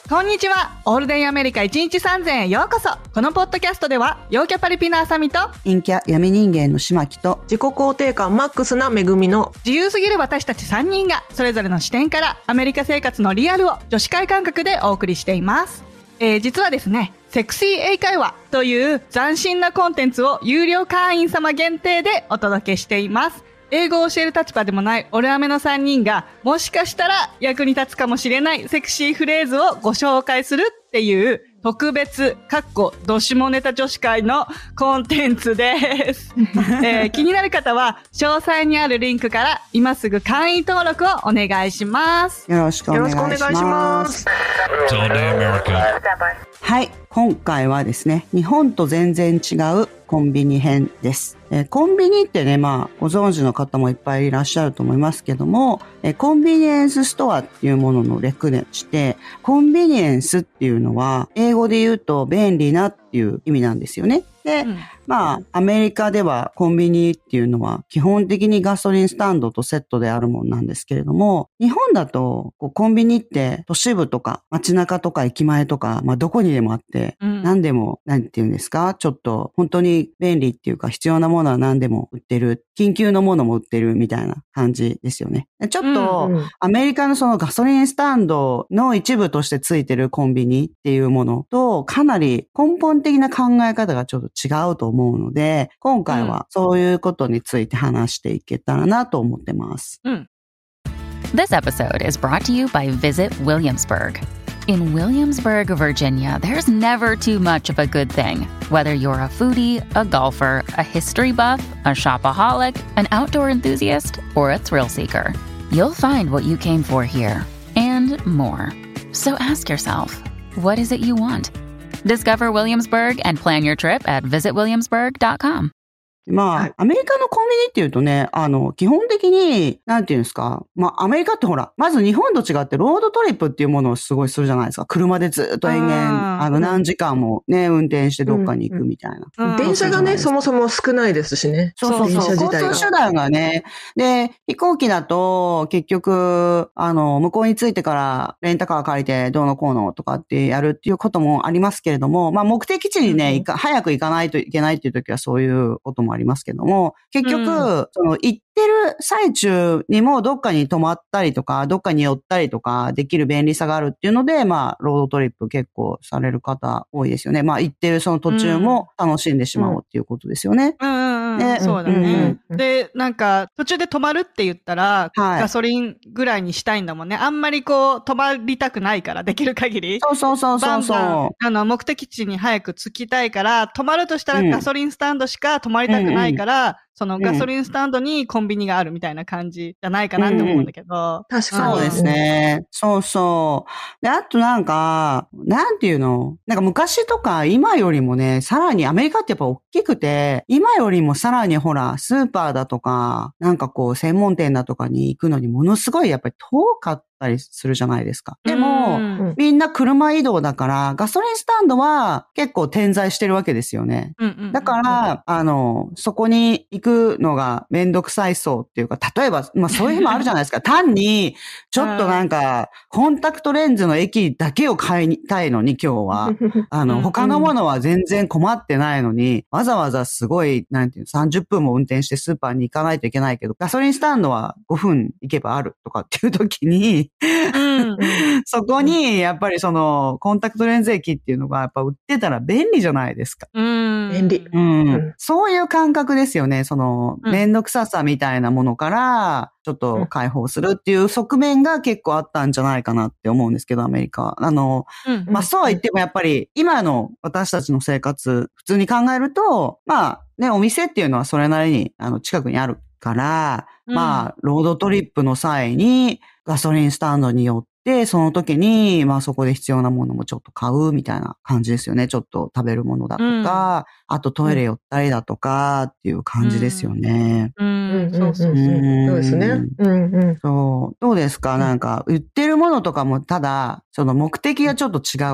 こんにちは。オールデンアメリカ1日3000へようこそ。このポッドキャストでは、陽キャパリピのあさみと、 陰キャ闇人間のしまきと、 自己肯定感マックスなめぐみの自由すぎる私たち3人が、それぞれの視点からアメリカ生活のリアルを女子会感覚でお送りしています。実はですね、セクシー英会話という斬新なコンテンツを有料会員様限定でお届けしています。英語を教える立場でもないオルアメの3人が、もしかしたら役に立つかもしれないセクシーフレーズをご紹介するっていう特別どしもネタ女子会のコンテンツです、気になる方は詳細にあるリンクから今すぐ会員登録をお願いします。 よろしくお願いします。はい、今回はですね、日本と全然違うコンビニ編です。コンビニってね、ご存知の方もいっぱいいらっしゃると思いますけども、コンビニエンスストアっていうものの略でして、コンビニエンスっていうのは、英語で言うと便利なっていう意味なんですよね。で、アメリカではコンビニっていうのは基本的にガソリンスタンドとセットであるもんなんですけれども、日本だとコンビニって都市部とか街中とか駅前とか、どこにでもあって、何でも、なんていうんですか、ちょっと本当に便利っていうか必要なものは何でも売ってる、緊急のものも売ってるみたいな感じですよね。ちょっとアメリカのそのガソリンスタンドの一部としてついてるコンビニっていうものとかなり根本的な考え方がちょっと違うと思うので、今回はそういうことについて話していけたらなと思ってます。 This episode is brought to you by Visit Williamsburg. In Williamsburg, Virginia, there's never too much of a good thing. Whether you're a foodie, a golfer, a history buff, a shopaholic, an outdoor enthusiast, or a thrill seeker, you'll find what you came for here and more. So ask yourself, what is it you want? Discover Williamsburg and plan your trip at visitwilliamsburg.com. アメリカのコンビニっていうとね、基本的に、なんていうんですか、アメリカってほら、まず日本と違ってロードトリップっていうものをすごいするじゃないですか。車でずっと延々、何時間もね、運転してどっかに行くみたいな。 電車がね、そもそも少ないですしね。 そう。交通手段がね。で、飛行機だと、結局、向こうに着いてからレンタカー借りてどうのこうのとかってやるっていうこともありますけれども、目的地にね、早く行かないといけないっていう時はそういうこともありますけども、結局、行ってる最中にもどっかに泊まったりとか、どっかに寄ったりとかできる便利さがあるっていうので、ロードトリップ結構される方多いですよね。行ってるその途中も楽しんでしまおうっていうことですよね。 そうだね。で、途中で止まるって言ったら、ガソリンぐらいにしたいんだもんね。あんまり止まりたくないから、できる限り。 そう。 バン目的地に早く着きたいから、止まるとしたらガソリンスタンドしか止まりたくないから、そのガソリンスタンドにコンビニがあるみたいな感じじゃないかなって思うんだけど。 確かに。 そうですね。そう。で、あとなんていうの？昔とか今よりもね、さらにアメリカってやっぱ大きくて、今よりもさらにほら、スーパーだとか、専門店だとかに行くのにものすごいやっぱり遠かったりするじゃないですか。でも、みんな車移動だから、ガソリンスタンドは結構点在してるわけですよね。だから、そこに行くのがめんどくさいそうっていうか、例えば、そういう日もあるじゃないですか。単に、ちょっとコンタクトレンズの液だけを買いたいのに今日は、他のものは全然困ってないのに、わざわざすごい、30分も運転してスーパーに行かないといけないけど、ガソリンスタンドは5分行けばあるとかっていう時に、そこに、やっぱりコンタクトレンズ液っていうのがやっぱ売ってたら便利じゃないですか。 便利。 そういう感覚ですよね。めんどくささみたいなものから、ちょっと解放するっていう側面が結構あったんじゃないかなって思うんですけど、アメリカは。そうは言ってもやっぱり、今の私たちの生活、普通に考えると、お店っていうのはそれなりに、近くにあるから、ロードトリップの際にガソリンスタンドに寄って、その時に、そこで必要なものもちょっと買うみたいな感じですよね。ちょっと食べるものだとか、あとトイレ寄ったりだとかっていう感じですよね。 そうですね。 そう。どうですか？売ってるものとかもただ、その目的がちょっと違うから、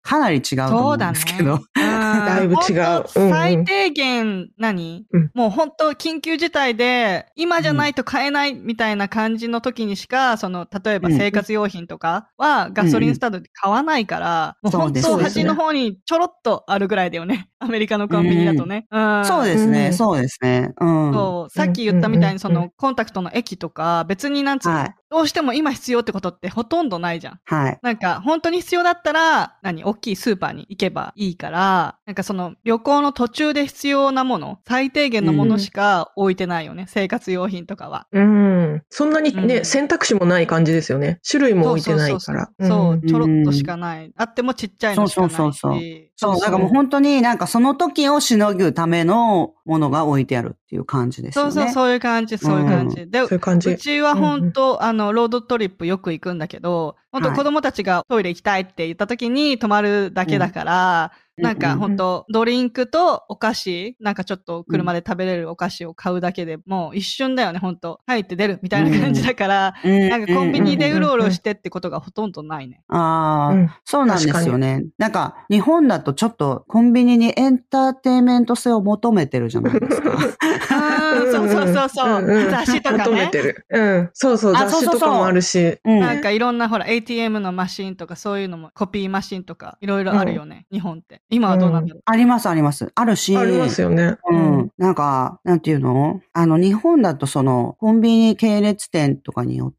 かなり違うと思うんですけど。 だいぶ違う。 最低限もう本当緊急事態で、今じゃないと買えないみたいな感じの時にしか、例えば生活用品とかはガソリンスタンドで買わないから、もう本当端の方にちょろっとあるぐらいだよね。アメリカのコンビニだとね。 そうですね、そうですね。 そう、さっき言ったみたいにコンタクトの駅とか、別にどうしても今必要ってことってほとんどないじゃん。 はい。 なんか本当に必要だったら、大きいスーパーに行けばいいから、なんか旅行の途中で必要なもの、最低限のものしか置いてないよね。生活用品とかは。 そんなにね、選択肢もない感じですよね。種類も置いてないから。 そう、ちょろっとしかない。あってもちっちゃいのしかないし。 そう、だからもう本当になんかその時をしのぐためのものが置いてあるっていう感じですよね。 そういう感じ。で、うちは本当、ロードトリップよく行くんだけど、本当子供たちがトイレ行きたいって言った時に泊まるだけだから、なんか本当ドリンクとお菓子、なんかちょっと車で食べれるお菓子を買うだけでもう一瞬だよね、本当入って出るみたいな感じだから、なんかコンビニでうろうろしてってことがほとんどないね。 そうなんですよね。なんか日本だとちょっとコンビニにエンターテインメント性を求めてるじゃないですか。 そう。雑誌とかね。 求めてる。そう、雑誌とかもあるし。 なんかいろんなほら ATM のマシンとかそういうのもコピーマシンとかいろいろあるよね、日本って。今はどうなんだろう。 あります。あるし。 ありますよね。 なんか、なんていうの？日本だとコンビニ系列店とかによって、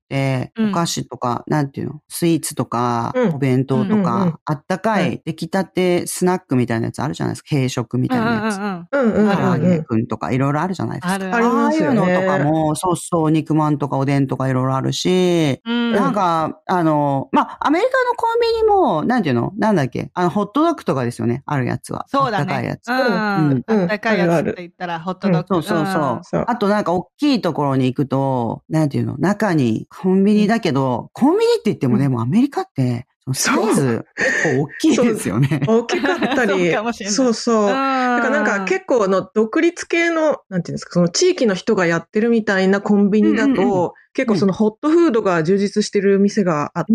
お菓子とか、なんていうの？スイーツとか、お弁当とか、あったかい、出来たてスナックみたいなやつあるじゃないですか。軽食みたいなやつ。唐揚げくんとかいろいろあるじゃないですか。ああいうのとかも、肉まんとかおでんとかいろいろあるし、なんか、アメリカのコンビニも、なんていうの？なんだっけ？ホットドッグとかですよね。あるやつは。 そうだね。 あったかいやつ。 あったかいやつって言ったらホットドッグ。 そう。あとなんか大きいところに行くと、なんていうの？中にコンビニだけど、コンビニって言ってもでもアメリカって、サイズ結構大きいですよね。 大きかったり。そう。だからなんか結構独立系の、なんていうんですか、その地域の人がやってるみたいなコンビニだと、結構そのホットフードが充実してる店があって。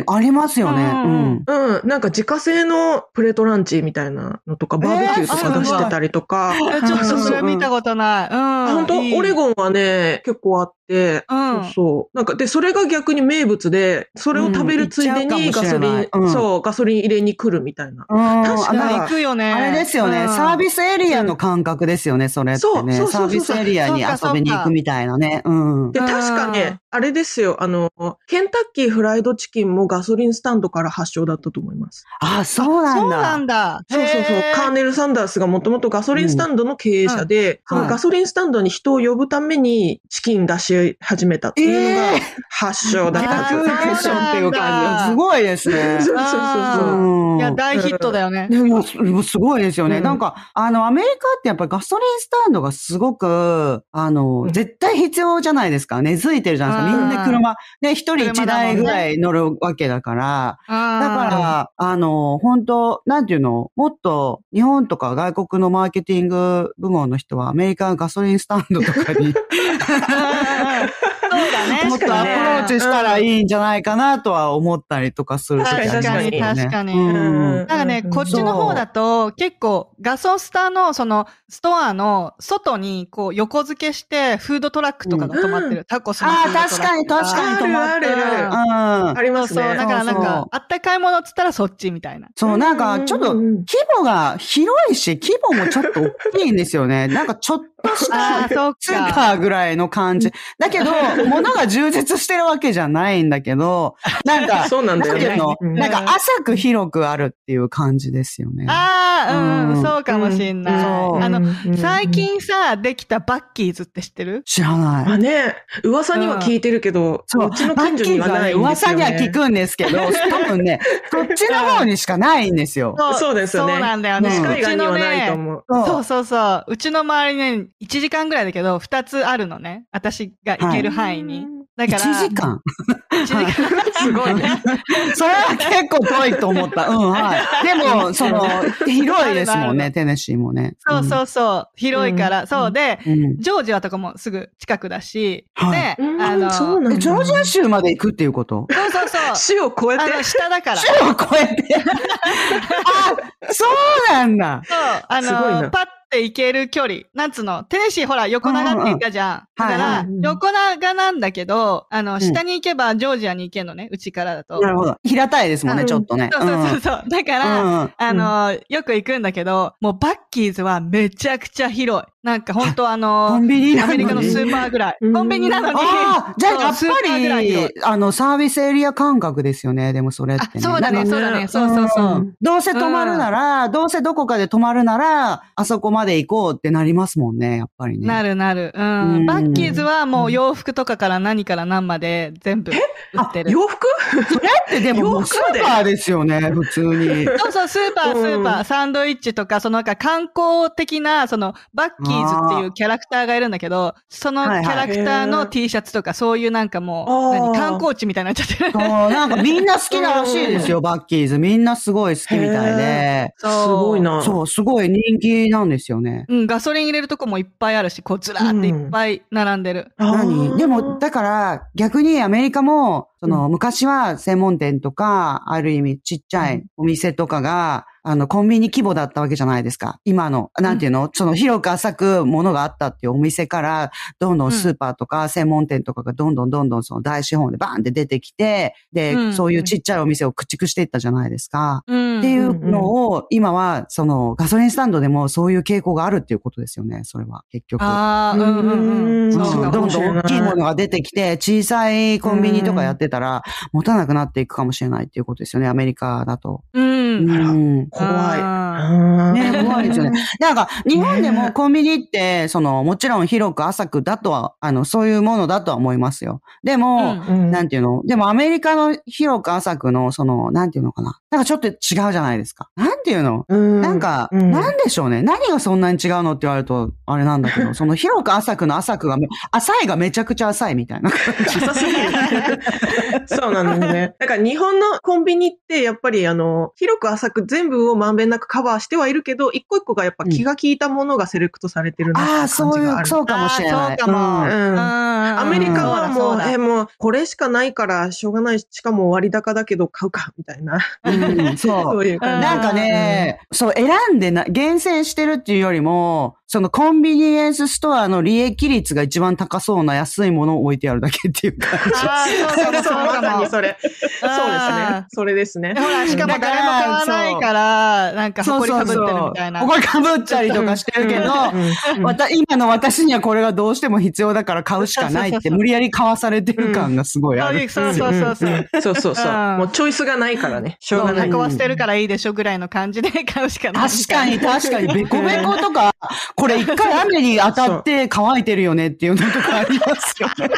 ありますよね。 なんか自家製のプレートランチみたいなのとか、バーベキューとか出してたりとか。 ちょっとそれ見たことない。 本当オレゴンはね、結構あって、なんか、で、それが逆に名物で、それを食べるついでにガソリン入れに来るみたいな。 確かに行くよね。 あれですよね。サービスエリアの感覚ですよね、それってね。サービスエリアに遊びに行くみたいなね。 で、確かね、あれですよ、ケンタッキーフライドチキンもガソリンスタンドから発祥だったと思います。 そうなんだ。 そう。カーネル・サンダースがもともとガソリンスタンドの経営者で、そのガソリンスタンドに人を呼ぶためにチキン出し始めたっていうのが発祥だったんですよ。 っていう感じ。すごいですね。 そう。 いや、大ヒットだよね。 でも、すごいですよね。なんか、アメリカってやっぱりガソリンスタンドがすごく、絶対必要じゃないですか。根付いてるじゃないですか。みんな車、ね、一人一台ぐらい乗るわけだから。だから、本当なんていうの、もっと日本とか外国のマーケティング部門の人はアメリカのガソリンスタンドとかにそうだね。 もっとアプローチしたらいいんじゃないかなとは思ったりとかする。 確かに。なんかね、こっちの方だと結構ガソスタのそのストアの外にこう横付けしてフードトラックとかが止まってる。タコスのフードトラック。 確かに止まってる。 ありますね。 だからなんか、あったかいものっつったらそっちみたいな。 そう、なんかちょっと規模が広いし、規模もちょっと大きいんですよね。なんかちょっとしたスーパーぐらいの感じ。だけど、物が充実してるわけじゃないんだけど、なんか、 そうなんだよね。 なんか浅く広くあるっていう感じですよね。 そうかもしんない。最近さ、できたバッキーズって知ってる？ 知らない。 ね、噂には聞いてるけど、うちの近所にはないんですよね。 噂には聞くんですけど、多分ね、そっちの方にしかないんですよ。 そうですよね。 そうなんだよね。 海外にはないと思う。 そう。うちの周りね、1時間ぐらいだけど、2つあるのね。私が行ける範囲に。 だから。 1時間 1時間すごいね。 それは結構遠いと思った。はい。でも、広いですもんね、テネシーもね。 そうそうそう。広いから。そうで、ジョージアとかもすぐ近くだし、 で、 そうなんだ。 ジョージア州まで行くっていうこと？ そうそうそう。 州を越えて。 下だから。 州を越えて。あ、そうなんだ。 そう、 すごいな。 パッて行ける距離。なんつうの？テネシーほら、横長って言ったじゃん。だから、横長なんだけど、下に行けばジョージアに行けんのね、うちからだと。 なるほど。平たいですもんね、ちょっとね。 そうそうそう。だから、よく行くんだけど、もうバッキーズはめちゃくちゃ広い。なんか本当コンビニアメリカのスーパーぐらい。コンビニなのに。 じゃあやっぱり、サービスエリア感覚ですよね、でもそれってね。 そうだね、そうだね。そうそうそう。 どうせ泊まるなら、どうせどこかで泊まるなら、あそこまで行こうってなりますもんね、やっぱりね。 なる。バッキーズはもう洋服とかから何から何まで全部売ってる。 洋服？ それってでもスーパーですよね、普通に。 そうそう、スーパー、サンドイッチとか、なんか観光的な、バッキーズっていうキャラクターがいるんだけど、そのキャラクターの T シャツとか、そういうなんかもう、観光地みたいになっちゃってる。 そう、なんかみんな好きならしいですよ、バッキーズ。みんなすごい好きみたいで。 すごいな。 そう、すごい人気なんですよね。 ガソリン入れるとこもいっぱいあるし、ずらーっていっぱい並んでる。 でも、だから、逆にアメリカも、昔は専門店とか、ある意味ちっちゃいお店とかが、コンビニ規模だったわけじゃないですか。今の、なんていうの、広く浅くものがあったっていうお店から、どんどんスーパーとか専門店とかがどんどん大資本でバーンって出てきて、で、そういうちっちゃいお店を駆逐していったじゃないですか。っていうのを、今は、ガソリンスタンドでもそういう傾向があるっていうことですよね、それは、結局。 どんどん大きいものが出てきて、小さいコンビニとかやってたら、持たなくなっていくかもしれないっていうことですよね、アメリカだと。 怖い。 ね、怖いですよね。なんか、日本でもコンビニって、もちろん広く浅くだとは、そういうものだとは思いますよ。でも、なんていうの？でもアメリカの広く浅くの、なんていうのかな。なんかちょっと違うじゃないですか。なんていうの？なんか、なんでしょうね。何がそんなに違うのって言われると、あれなんだけど、広く浅くの浅くが、浅いがめちゃくちゃ浅いみたいな感じ。 浅すぎる。そうなんですね。だから日本のコンビニって、やっぱり広く浅く全部をまんべんなくカバーしてはいるけど、一個一個がやっぱ気が利いたものがセレクトされてるなって感じがある。 そうかもしれない。 そうかも。 アメリカはもうこれしかないからしょうがない。しかも割高だけど買うか、みたいな。そういう感じ。 なんかね、選んで厳選してるっていうよりも、コンビニエンスストアの利益率が一番高そうな安いものを置いてあるだけっていう感じ。 そう、まさにそれ。そうですね。それですね。 ほら、しかも誰も買わないから、なんか、埃かぶってるみたいな。 埃かぶったりとかしてるけど、今の私にはこれがどうしても必要だから買うしかないって、無理やり買わされてる感がすごいある。 そう。もうチョイスがないからね。しょうがない。 買わせてるからいいでしょぐらいの感じで買うしかない。 確かに。ベコベコとか、これ一回雨に当たって乾いてるよねっていうのとかありますよね。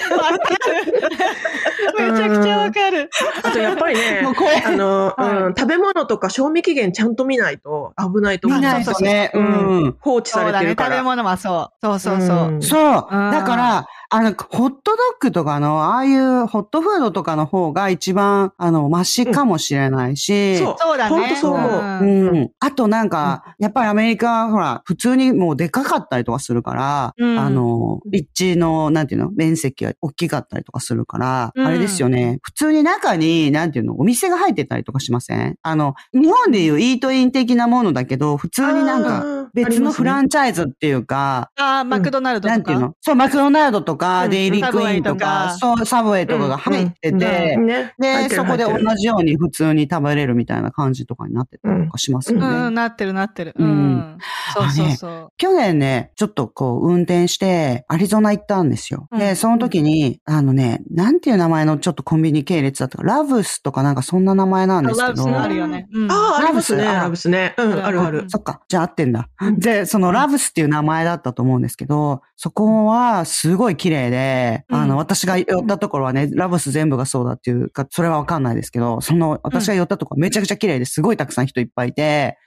めちゃくちゃわかる。 あとやっぱりね、食べ物とか賞味期限ちゃんと見ないと危ないと思う。 見ないとね。 放置されてるから。 食べ物はそう。そう。 だから、ホットドッグとかの、ああいうホットフードとかの方が一番、マシかもしれないし。 そうだね。 本当そう思う。 あとなんか、やっぱりアメリカはほら、普通にもうでかかったりとかするから、立地の、なんていうの、面積が大きかったりとかするから、あれですよね。普通に中に、なんていうの、お店が入ってたりとかしません？日本でいうイートイン的なものだけど、普通になんか、別のフランチャイズっていうか、 マクドナルドとか。 なんていうの？そう、マクドナルドとか、デイリークイーンとか、そう、サブウェイとかが入ってて、で、そこで同じように普通に食べれるみたいな感じとかになってたりとかしますよね。 なってる。そう。 去年ね、ちょっと運転して、アリゾナ行ったんですよ。で、その時に、なんていう名前のちょっとコンビニ系列だったか、ラブスとかなんかそんな名前なんですけど。 ラブスあるよね。 ありますね、ラブスね。ある。 そっか。じゃあ合ってんだ。で、そのラブスっていう名前だったと思うんですけど、そこはすごい綺麗で、私が寄ったところはね、ラブス全部がそうだっていうか、それはわかんないですけど、私が寄ったところはめちゃくちゃ綺麗ですごいたくさん人いっぱいいて、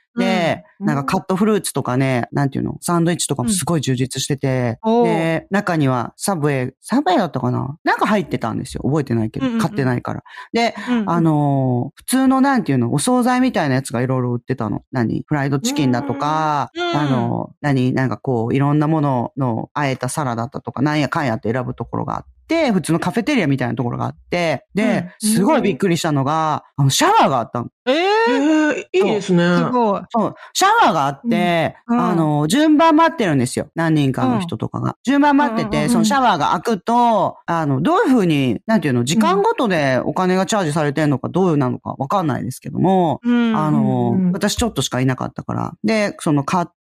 で、なんかカットフルーツとかね、なんていうの、サンドイッチとかもすごい充実してて、で、中にはサブウェイだったかな、なんか入ってたんですよ。覚えてないけど、買ってないから。で、普通のなんていうの、お惣菜みたいなやつがいろいろ売ってたの。フライドチキンだとか、なんかこう、いろんなものの和えたサラダだとか、なんやかんやって選ぶところがあって、普通のカフェテリアみたいなところがあって、で、すごいびっくりしたのが、シャワーがあったの。 いいですね。 すごい。 そう。シャワーがあって、順番待ってるんですよ。何人かの人とかが。順番待ってて、そのシャワーが開くと、どういう風に、なんていうの、時間ごとでお金がチャージされてるのかどうなのかわかんないですけども、私ちょっとしかいなかったから。で、その買って、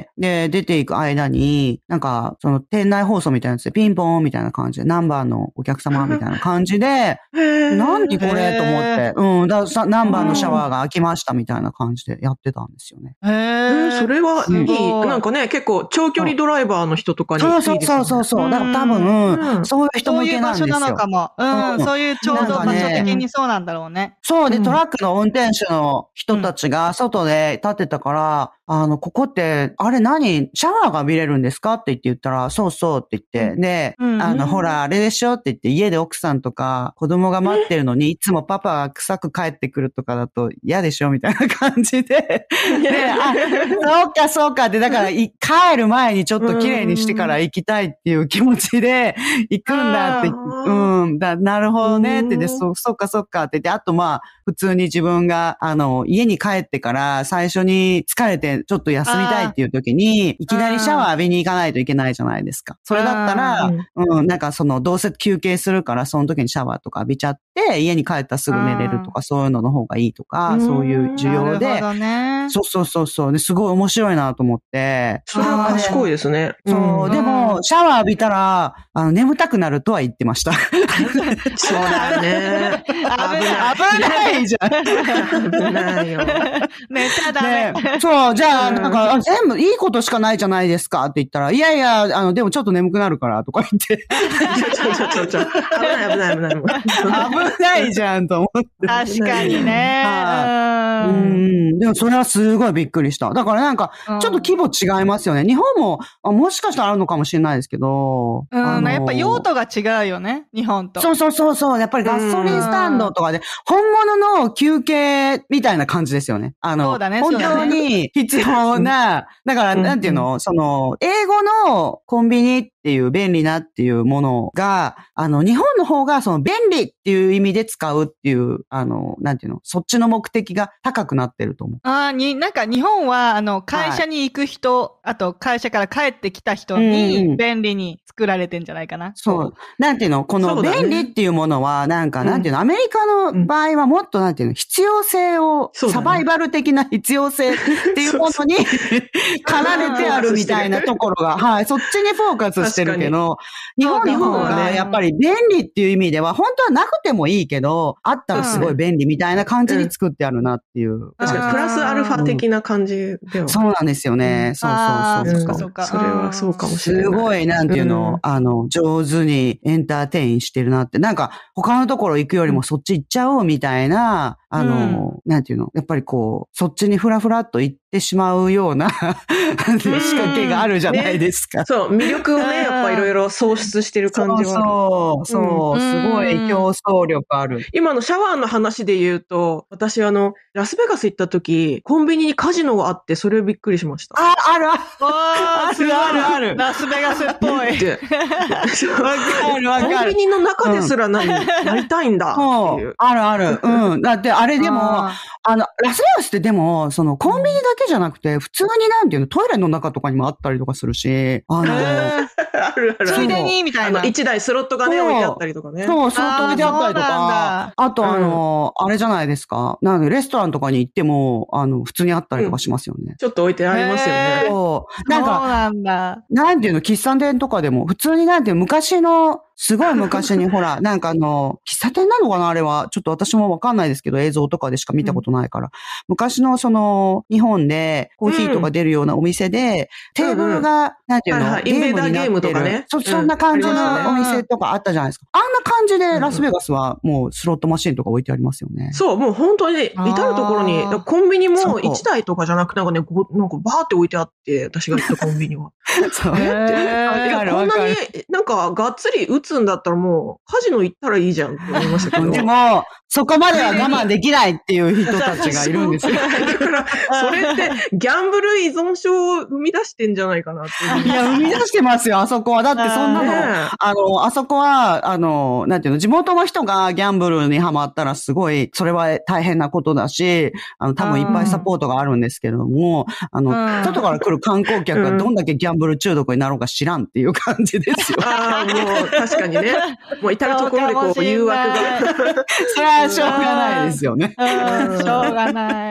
で、出ていく間に、なんか、その店内放送みたいなやつでピンポーンみたいな感じで、ナンバーのお客様みたいな感じで、何これと思って、ナンバーのシャワーが開きましたみたいな感じでやってたんですよね。 それはいい。なんかね、結構長距離ドライバーの人とかにいいですよね。 そう。だから多分、そういう人向けなんですよ。 そういう場所なのかも。そういうちょうど場所的にそうなんだろうね。 そうで、トラックの運転手の人たちが外で立ってたから、ここって、あれ何シャワーが浴びれるんですかって言ったら、そうそうって言って、で、ほら、あれでしょって言って、家で奥さんとか子供が待ってるのに、いつもパパが臭く帰ってくるとかだと嫌でしょみたいな感じで、で、そうかって、だから、帰る前にちょっと綺麗にしてから行きたいっていう気持ちで行くんだって、なるほどねってで、そっかって言って、あと普通に自分が、家に帰ってから最初に疲れてちょっと休みたいっていう時に、いきなりシャワー浴びに行かないといけないじゃないですか。それだったら、なんかどうせ休憩するから、その時にシャワーとか浴びちゃって、家に帰ったらすぐ寝れるとか、そういうのの方がいいとか、そういう需要で、そう。ですごい面白いなと思って。 それは賢いですね。 そう。でも、シャワー浴びたら、眠たくなるとは言ってました。 そうだよね。 危ないじゃん。 危ないよ。 寝ちゃダメ。 そう、じゃあ、なんか、全部いいことしかないじゃないですかって言ったら、いや、でもちょっと眠くなるからとか言って。 危ない。 危ないじゃんと思って。 確かにね。 でもそれはすごいびっくりした。だからなんか、ちょっと規模違いますよね。日本も、もしかしたらあるのかもしれないですけど。 やっぱ用途が違うよね、日本と。 そう。やっぱりガソリンスタンドとかで、本物の休憩みたいな感じですよね。 そうだね、 本当に必要な、だからなんていうの、英語のコンビニっていう便利なっていうものが、日本の方が便利っていう意味で使うっていう、なんていうの、そっちの目的が高くなってると思う。 なんか日本は、会社に行く人、あと会社から帰ってきた人に便利に作られてんじゃないかな。 そう。なんていうの、この便利っていうものは、なんか、なんていうの、アメリカの場合はもっとなんていうの、必要性を、サバイバル的な必要性っていうものに、かられてあるみたいなところが、そっちにフォーカスしてるけど、日本の方がやっぱり便利っていう意味では、本当はなくてもいいけど、あったらすごい便利みたいな感じに作ってあるなっていう。 確かに、プラスアルファ的な感じでは。 そうなんですよね。そう。 それはそうかもしれない。 すごい、なんていうの、上手にエンターテインしてるなって、なんか、他のところ行くよりもそっち行っちゃおうみたいな、なんていうの、やっぱりこう、そっちにフラフラっと行ってしまうような仕掛けがあるじゃないですか。 そう、魅力をね、やっぱいろいろ創出してる感じは。 すごい競争力ある。 今のシャワーの話で言うと、私ラスベガス行った時、コンビニにカジノがあって、それびっくりしました。 ある。 ある。ラスベガスっぽい。 わかる。 コンビニの中ですらやりたいんだっていう。 ある。だってあれでも、ラスベガスってでも、コンビニだけじゃなくて、普通になんていうの、トイレの中とかにもあったりとかするし、 ある。 ついでにみたいな。 1台スロットがね、置いてあったりとかね。 そう、スロット置いてあったりとか。あとあれじゃないですか。なので、レストランとかに行っても、普通にあったりとかしますよね。 ちょっと置いてありますよね。 そう。なんていうの、喫茶店とかでも、普通になんていうの、すごい昔にほら、なんか喫茶店なのかなあれは。ちょっと私もわかんないですけど、映像とかでしか見たことないから。昔の日本でコーヒーとか出るようなお店で、テーブルが、なんていうの、 インベーダーゲームとてる。そんな感じのお店とかあったじゃないですか。あんな感じでラスベガスはもうスロットマシンとか置いてありますよね。 そう、もう本当に至るところに、コンビニも1台とかじゃなくてなんかバーって置いてあって、私が行ったコンビニは。 そう。 こんなになんかがっつり打つんだったらもうカジノ行ったらいいじゃんって思いましたけど。 でも、そこまでは我慢できないっていう人たちがいるんですよ。 だから、それってギャンブル依存症を生み出してんじゃないかなって。 いや、生み出してますよ、あそこは。だってそんなの、あそこは、なんていうの、地元の人がギャンブルにハマったらすごい、それは大変なことだし、多分いっぱいサポートがあるんですけれども、外から来る観光客がどんだけギャンブル中毒になろうか知らんっていう感じですよ。 もう確かにね。もう至るところでこう誘惑が。 それはしょうがないですよね。 しょうがない。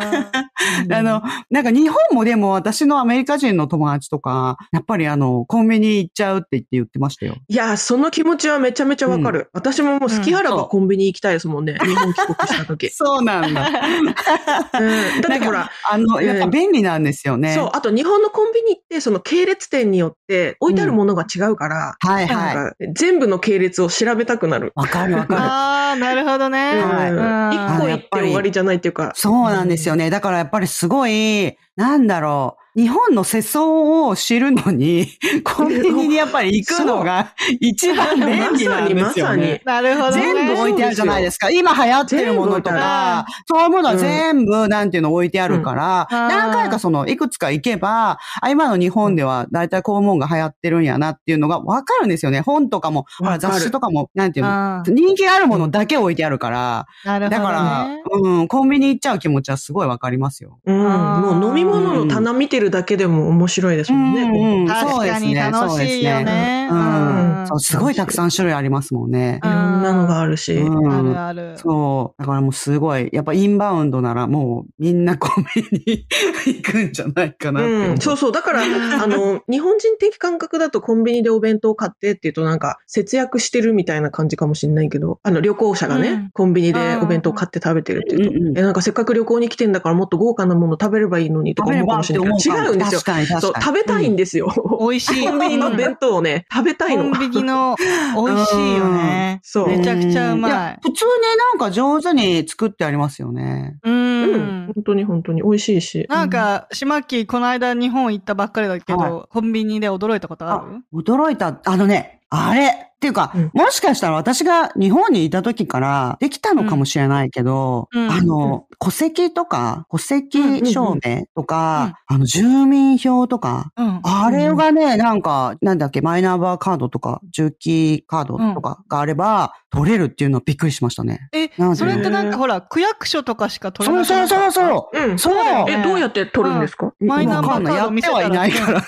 なんか日本もでも私のアメリカ人の友達とか、やっぱりコンビニ行っちゃうって言ってましたよ。 いや、その気持ちはめちゃめちゃわかる。私ももう好きあらばコンビニ行きたいですもんね。日本帰国した時。 そうなんだ。だってほら、 やっぱ便利なんですよね。 そう。あと日本のコンビニってその系列店によって置いてあるものが違うから、 はいはい。 全部の系列を調べたくなる。 わかるわかる。 ああ、なるほどね。 一個行って終わりじゃないっていうか。 そうなんですよね。だからやっぱりすごい、なんだろう。日本の世相を知るのに、コンビニにやっぱり行くのが一番便利なんですよね。 なるほど、ね。 全部置いてあるじゃないですか。今流行ってるものとか、そういうものは全部、なんていうの置いてあるから、何回かいくつか行けば、今の日本ではだいたいこういうもんが流行ってるんやなっていうのがわかるんですよね。本とかも、雑誌とかも、なんていうの、人気があるものだけ置いてあるから、だから、コンビニ行っちゃう気持ちはすごいわかりますよ。 もう飲み物の棚見てるだけでも面白いですもんね。 確かに楽しいよね。 すごいたくさん種類ありますもんね。 いろんなのがあるし。 あるある。 そう。だからもうすごい、やっぱインバウンドならもうみんなコンビニ行くんじゃないかなって。 そうそう。だから、日本人的感覚だとコンビニでお弁当買ってっていうとなんか節約してるみたいな感じかもしれないけど、旅行者がね、コンビニでお弁当買って食べてるっていうと、なんかせっかく旅行に来てんだからもっと豪華なもの食べればいいのにとか思うかもしれないけど、違うんですよ。 確かにそう、食べたいんですよ。 美味しい。 コンビニの弁当をね、食べたいの。 コンビニの美味しいよね。 そう。 めちゃくちゃうまい。 普通になんか上手に作ってありますよね。 本当に本当に美味しいし。 なんか、しまっきこの間日本行ったばっかりだけど、コンビニで驚いたことある？ 驚いた。あれっていうか、もしかしたら私が日本にいた時からできたのかもしれないけど、戸籍とか、戸籍証明とか、住民票とか、あれがね、なんか、なんだっけ、マイナンバーカードとか、重機カードとかがあれば、取れるっていうのはびっくりしましたね。 それってなんかほら、区役所とかしか取れない。 そう。そう。 どうやって取るんですか？ マイナンバーカード見せたら。 やってはいないから。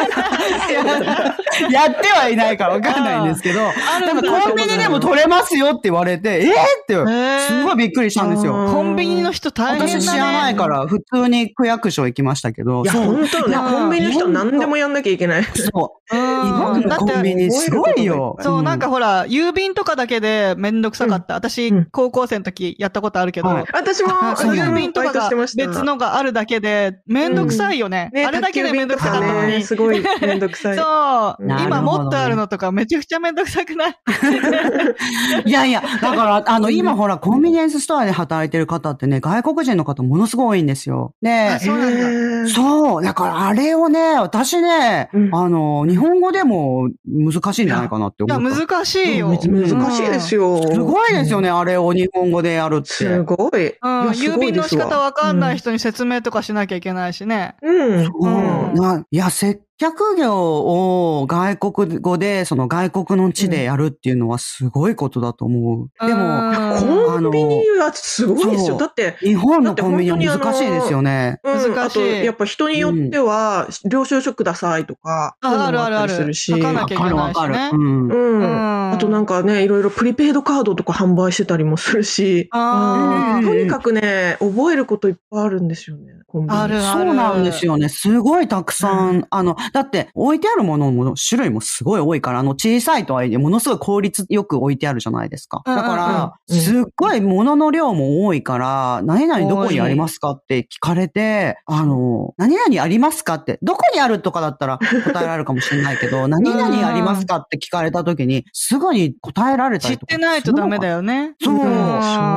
やってはいないからわかんないんですけど、なんかコンビニでも取れますよって言われて、って、すごいびっくりしたんですよ。 コンビニの人大変だね。 私知らないから、普通に区役所行きましたけど。 いや、本当ね、コンビニの人は何でもやんなきゃいけない。 そう。今のコンビニすごいよ。 そう、なんかほら、郵便とかだけでめんどくさかった。私、高校生の時やったことあるけど。 私も郵便とかが別のがあるだけで、めんどくさいよね。あれだけでめんどくさかったのに。 すごいめんどくさい。 そう。今もっとあるのとかめちゃくちゃめんどくさくない？ いやいや、だから、今ほら、コンビニエンスストアで働いてる方ってね、外国人の方ものすごい多いんですよ。で、 そうなんだ。 そう。だからあれをね、私ね、日本語でも難しいんじゃないかなって思った。 いや、難しいよ。 難しいですよ。 すごいですよね、あれを日本語でやるって。 すごい。 郵便の仕方わかんない人に説明とかしなきゃいけないしね。 いや、接客業を外国語で、その外国の地でやるっていうのはすごいことだと思う。でも、 コンビニはすごいですよ。だって、 日本のコンビニは難しいですよね。 難しい。 あと、やっぱ人によっては、領収書くださいとか、 あるあるある。書かなきゃいけないしね。 あとなんかね、いろいろプリペイドカードとか販売してたりもするし、とにかくね、覚えることいっぱいあるんですよね。 コンビニ。 あるある。 そうなんですよね。すごいたくさん、だって置いてあるものも種類もすごい多いから、小さいとはいえ、ものすごい効率よく置いてあるじゃないですか。だから、すっごい物の量も多いから、何々どこにありますかって聞かれて、何々ありますかって、どこにあるとかだったら答えられるかもしれないけど、何々ありますかって聞かれた時に、すぐに答えられたりとか。 知ってないとダメだよね。 そう。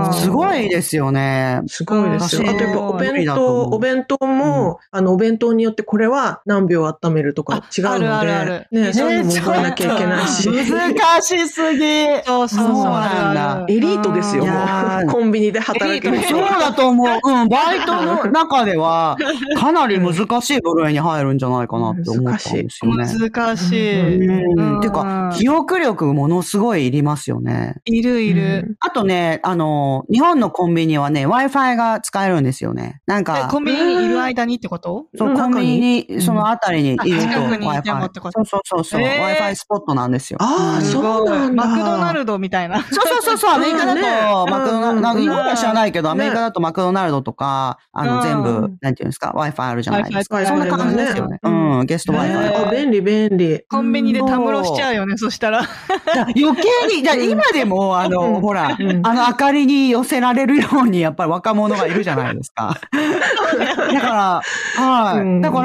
すごいですよね。 すごいですよ。あとやっぱお弁当も、お弁当によってこれは何秒温めるとか違うので、ね、そういうのも覚えなきゃいけないし。 難しすぎ。 そうなんだ。 エリートですよ、もう。コンビニで働ける人。 そうだと思う。バイトの中では、かなり難しい部類に入るんじゃないかなって思ったんですよね。 難しい。 てか、記憶力ものすごいいりますよね。 いる。 あとね、日本のコンビニはね、Wi-Fi が使えるんですよね。なんか。 コンビニにいる間にってこと？ そう、コンビニに、そのあたりにいると Wi-Fi。 そう。Wi-Fi スポットなんですよ。 ああ、そうなんだ。 マクドナルドみたいな。 そう、アメリカだと、マクドナルド、日本は知らないけど、アメリカだとマクドナルドとか、全部、なんていうんですか、Wi-Fi あるじゃないですか。そんな感じですよね。ゲスト Wi-Fi。 便利。 コンビニでたむろしちゃうよね、そしたら。 余計に、今でも、ほら、明かりに寄せられるように、やっぱり若者がいるじゃないですか。だから、だから、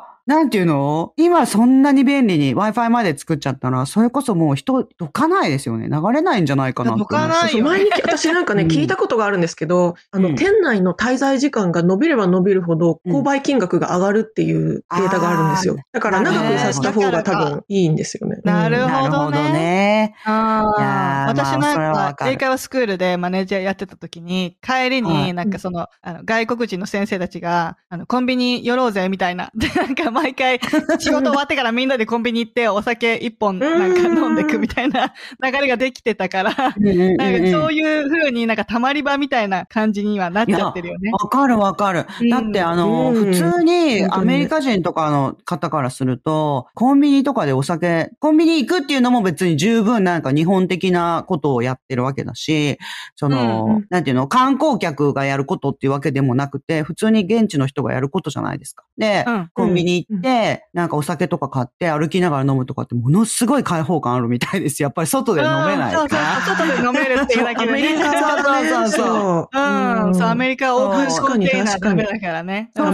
なんていうの？今そんなに便利に Wi-Fi まで作っちゃったら、それこそもう人どかないですよね。流れないんじゃないかなって。 どかないよ。 前に私なんかね、聞いたことがあるんですけど、店内の滞在時間が伸びれば伸びるほど、購買金額が上がるっていうデータがあるんですよ。だから長くさせた方が多分いいんですよね。 なるほどね。私なんか、英会話スクールでマネージャーやってた時に、帰りになんか外国人の先生たちが、コンビニ寄ろうぜみたいな。で、なんか毎回仕事終わってからみんなでコンビニ行ってお酒一本なんか飲んでくみたいな流れができてたから、なんかそういう風になんか溜まり場みたいな感じにはなっちゃってるよね。 わかる。だって普通にアメリカ人とかの方からすると、コンビニとかでコンビニ行くっていうのも別に十分なんか日本的なことをやってるわけだし、なんていうの、観光客がやることっていうわけでもなくて、普通に現地の人がやることじゃないですか。で、コンビニ行って、なんかお酒とか買って歩きながら飲むとかってものすごい開放感あるみたいですよ。やっぱり外で飲めないから。 外で飲めるっていうだけでね。そう、アメリカオープンコンテイナーダメだからね。 そう。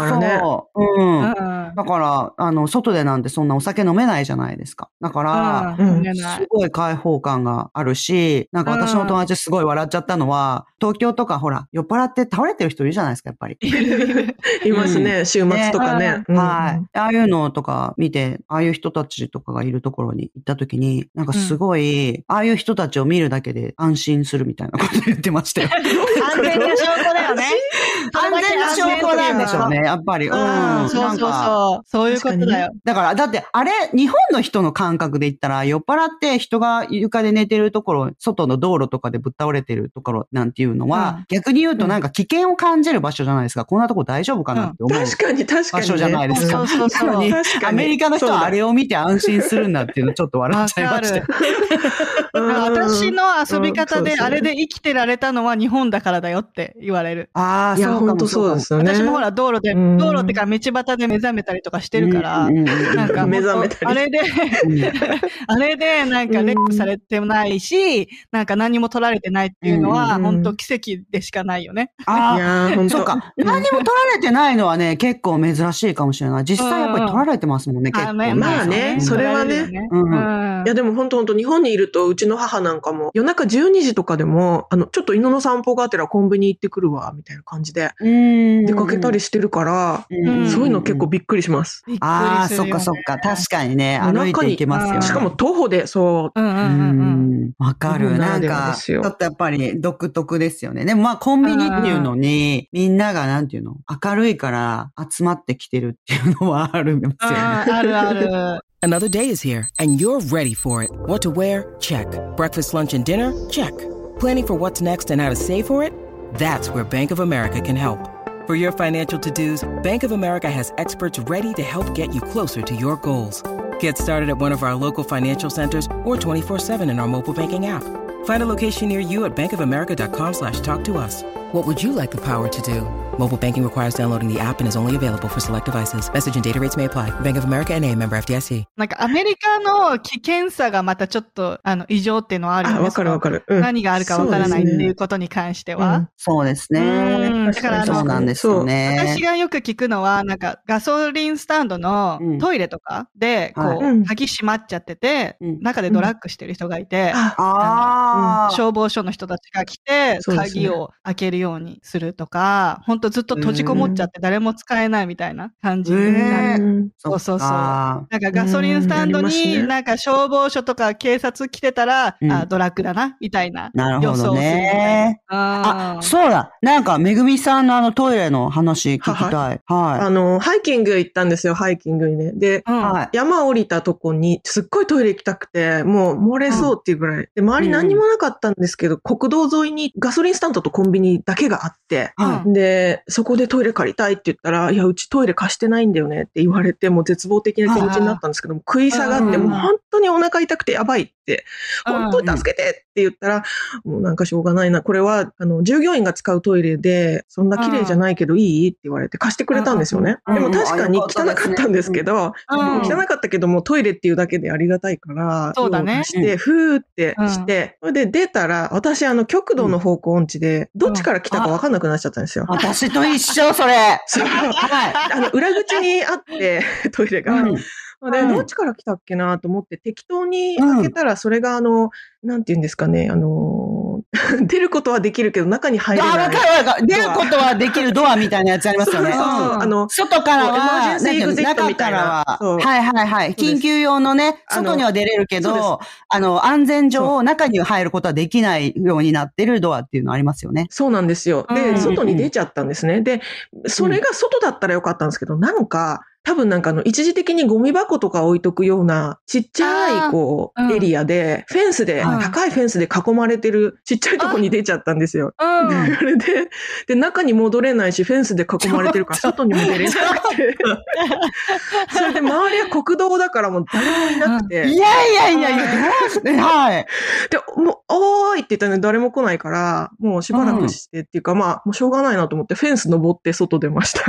だから、外でなんてそんなお酒飲めないじゃないですか。だから、すごい開放感があるし、なんか私の友達すごい笑っちゃったのは、東京とかほら、酔っ払って倒れてる人いるじゃないですか、やっぱり。 いますね、週末とかね。 はい。ああいうのとか見て、ああいう人たちとかがいるところに行った時に、なんかすごい、ああいう人たちを見るだけで安心するみたいなこと言ってましたよ。 安全な証拠だよね。 安全な証拠なんでしょうね、やっぱり。 そういうことだよ。 だから、だってあれ、日本の人の感覚で言ったら、酔っ払って人が床で寝てるところ、外の道路とかでぶっ倒れてるところなんていうのは、逆に言うとなんか危険を感じる場所じゃないですか。こんなとこ大丈夫かなって思う。 確かに。 場所じゃないですか。なのに、アメリカの人はあれを見て安心するんだっていうのちょっと笑っちゃいました。 私の遊び方であれで生きてられたのは日本だからだよって言われる。 ああ、そう本当そうですよね。 私もほら道路ってか道端で目覚めたりとかしてるから、なんか目覚めたり。 あれでなんかレックされてないし、なんか何も取られてないっていうのは本当奇跡でしかないよね。 そうか。何も取られてないのはね、結構珍しいかもしれない。実際やっぱり取られてますもんね、結構。 まあね、それはね。いやでも本当日本にいるとうちの母なんかも夜中12時とかでもちょっと犬の散歩があったらコンビニ行ってくるわみたいな感じで出かけたりしてるから、そういうの結構びっくりします。 ああ、そっか。確かにね、歩いていけますよね。 しかも徒歩で、そう。 わかる。なんか、ちょっとやっぱり独特ですよね。でもまあコンビニっていうのに、みんながなんていうの、明るいから集まってきてるっていうのはあるんですよね。 ある。 Another day is here and you're ready for it. What to wear? Check. Breakfast, lunch, and dinner? Check. Planning for what's next and how to save for it? That's where Bank of America can help. For your financial to-dos, Bank of America has experts ready to help get you closer to your goals. Get started at one of our local financial centers or 24/7 in our mobile banking app. Find a location near you at bankofamerica.com/talktous. What would you like the power to do? Mobile banking requires downloading the app and is only available for select devices. Message and data rates may apply. Bank of America NA, member FDIC. なんかアメリカの危険さがまたちょっと異常っていうのはあるよね。 わかるわかる。 何があるかわからないっていうことに関しては。 そうですね。 だからそうなんですよね。 私がよく聞くのは、なんかガソリンスタンドのトイレとかで、鍵閉まっちゃってて、中でドラッグしてる人がいて、消防署の人たちが来て、鍵を開けるようにするとか、ほんとずっと閉じこもっちゃって誰も使えないみたいな感じになる。そうそうそう。なんかガソリンスタンドになんか消防署とか警察来てたら、ドラッグだな、みたいな予想をする。 そうだ。なんか、めぐみさんのトイレの話聞きたい。 ハイキング行ったんですよ、ハイキングにね。で、山降りたとこにすっごいトイレ行きたくて、もう漏れそうっていうぐらい。で、周り何にもなかったんですけど、国道沿いにガソリンスタンドとコンビニだけがあって、で、そこでトイレ借りたいって言ったら、いや、うちトイレ貸してないんだよねって言われて、もう絶望的な気持ちになったんですけども、食い下がって、もう本当にお腹痛くてやばいって、本当に助けてって言ったら、もうなんかしょうがないな。これは、従業員が使うトイレで、そんな綺麗じゃないけどいいって言われて貸してくれたんですよね。でも確かに汚かったんですけど、汚かったけどもトイレっていうだけでありがたいから、 そうだね。 して、ふーってして、それで出たら、私極度の方向音痴で、どっちから来たか分かんなくなっちゃったんですよ。 私と一緒、それ。 そう。裏口にあって、トイレが。で、どっちから来たっけなと思って適当に開けたら、それがなんて言うんですかね、出ることはできるけど中に入れない。 わかる。出ることはできるドアみたいなやつありますよね。外からは、 エマージェンシーエグジットみたいな。 はい。緊急用のね、外には出れるけど、安全上中に入ることはできないようになってるドアっていうのありますよね。 そうなんですよ。で、外に出ちゃったんですね。で、それが外だったらよかったんですけど、なんか、多分なんか一時的にゴミ箱とか置いとくようなちっちゃいエリアで、フェンスで、高いフェンスで囲まれてるちっちゃいとこに出ちゃったんですよ。で、中に戻れないし、フェンスで囲まれてるから外にも出れなくて。それで周りは国道だからもう誰もいなくて。 いや、はい。 で、もう、おーいって言ったら誰も来ないから、もうしばらくしてっていうか、もうしょうがないなと思ってフェンス登って外出ました。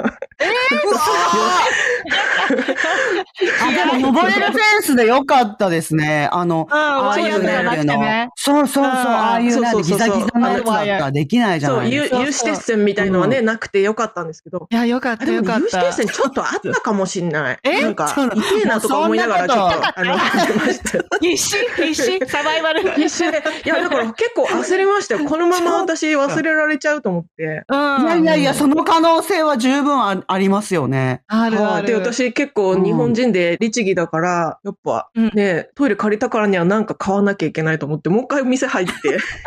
でも登れるフェンスでよかったですね。ああいうね、そう、ああいうギザギザのやつだったらできないじゃないですか。 そう、有刺鉄線みたいのはね、なくてよかったんですけど。 いや、よかった。有刺鉄線ちょっとあったかもしんない。なんか、痛えなとか思いながらちょっと、 必死サバイバル。 必死で。いや、だから結構焦りましたよ。このまま私忘れられちゃうと思って。 いや、その可能性は十分ありますよね。 ある。 で、私結構日本人で律儀だから、やっぱね、トイレ借りたからにはなんか買わなきゃいけないと思って、もう一回店入って、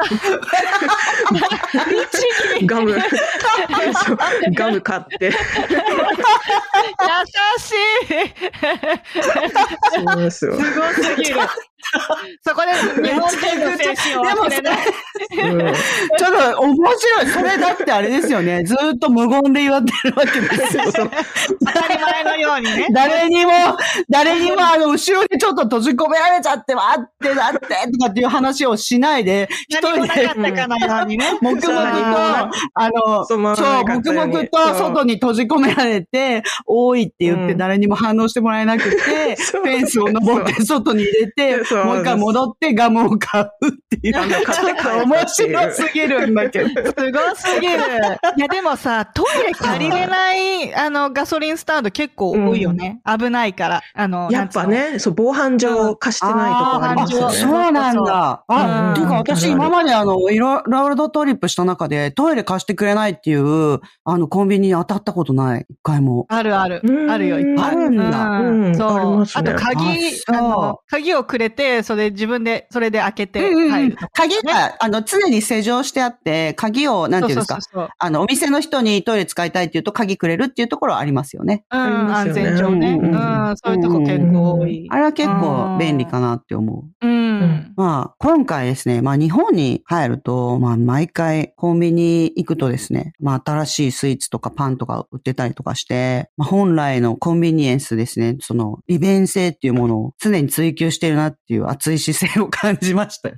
ガム買って。優しい。 そうですよ。 すごすぎる。そこで日本人の精神を忘れない。 ちょっと面白い。それだってあれですよね。ずっと無言で言われてるわけですよ。 当たり前のようにね。 誰にも後ろにちょっと閉じ込められちゃって、待ってとかっていう話をしないで、 一人で。なかったかのようにね。 黙々と外に閉じ込められて、多いって言って誰にも反応してもらえなくて、フェンスを登って外に入れて、もう一回戻ってガムを買うっていう。ちょっと面白すぎるんだけど。 すごすぎる。いやでもさ、トイレ借りれないガソリンスタンド結構多いよね。危ないから。 やっぱね、防犯上貸してないとこありますよね。 そうなんだ。っていうか私今までいろいろトリップした中でトイレ貸してくれないっていうコンビニに当たったことない。一回も。 あるよ、いっぱい。 あるんだ。 そう。あと鍵をくれて、それで開けて入る。 鍵が、常に施錠してあって、鍵を、なんていうんですか、お店の人にトイレ使いたいっていうと鍵くれるっていうところはありますよね。 安全上ね。そういうとこ結構多い。 あれは結構便利かなって思う。今回ですね、日本に帰ると、毎回コンビニ行くとですね、新しいスイーツとかパンとか売ってたりとかして、本来のコンビニエンスですね、その利便性っていうものを常に追求してるなっていう熱い姿勢を感じましたよ。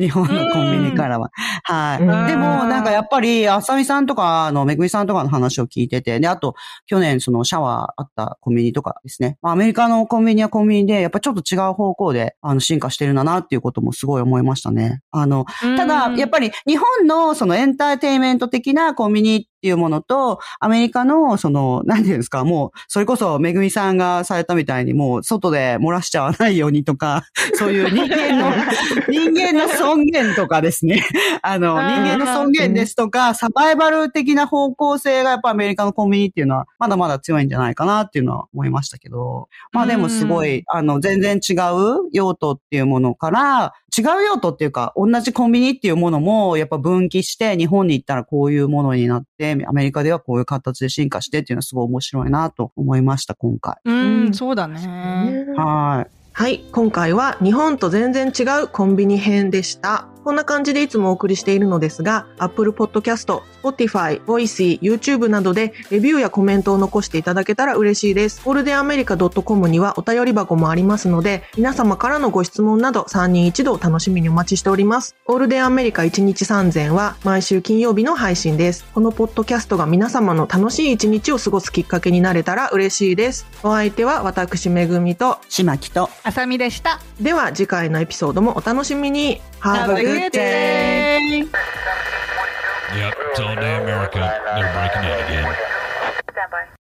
日本のコンビニからは。はい。でも、なんかやっぱり、あさみさんとか、めぐみさんとかの話を聞いてて、で、あと、去年そのシャワーあったコンビニとかですね。アメリカのコンビニはコンビニで、やっぱちょっと違う方向で、進化してるんだなっていうこともすごい思いましたね。ただ、やっぱり日本のそのエンターテインメント的なコンビニっていうものと、アメリカのその、なんていうんですか、もう、それこそめぐみさんがされたみたいに、もう外で漏らしちゃわないようにとか、そういう人間の尊厳とかですね。人間の尊厳ですとか、サバイバル的な方向性がやっぱアメリカのコンビニっていうのは、まだまだ強いんじゃないかなっていうのは思いましたけど、まあでもすごい、全然違う用途っていうものから、違う用途っていうか、同じコンビニっていうものも、やっぱ分岐して、日本に行ったらこういうものになって、アメリカではこういう形で進化してっていうのはすごい面白いなと思いました、今回。 そうだね。 はい。 はい、今回は日本と全然違うコンビニ編でした。こんな感じでいつもお送りしているのですが、Apple Podcast、Spotify、Voicy、YouTube などでレビューやコメントを残していただけたら嬉しいです。ゴールデンアメリカ .com にはお便り箱もありますので、皆様からのご質問など3人一度楽しみにお待ちしております。ゴールデンアメリカ1日3000は毎週金曜日の配信です。このポッドキャストが皆様の楽しい一日を過ごすきっかけになれたら嬉しいです。お相手は私めぐみとしまきとあさみでした。 では次回のエピソードもお楽しみに。 Have a good day! Yep, it's all day America. They're breaking in again.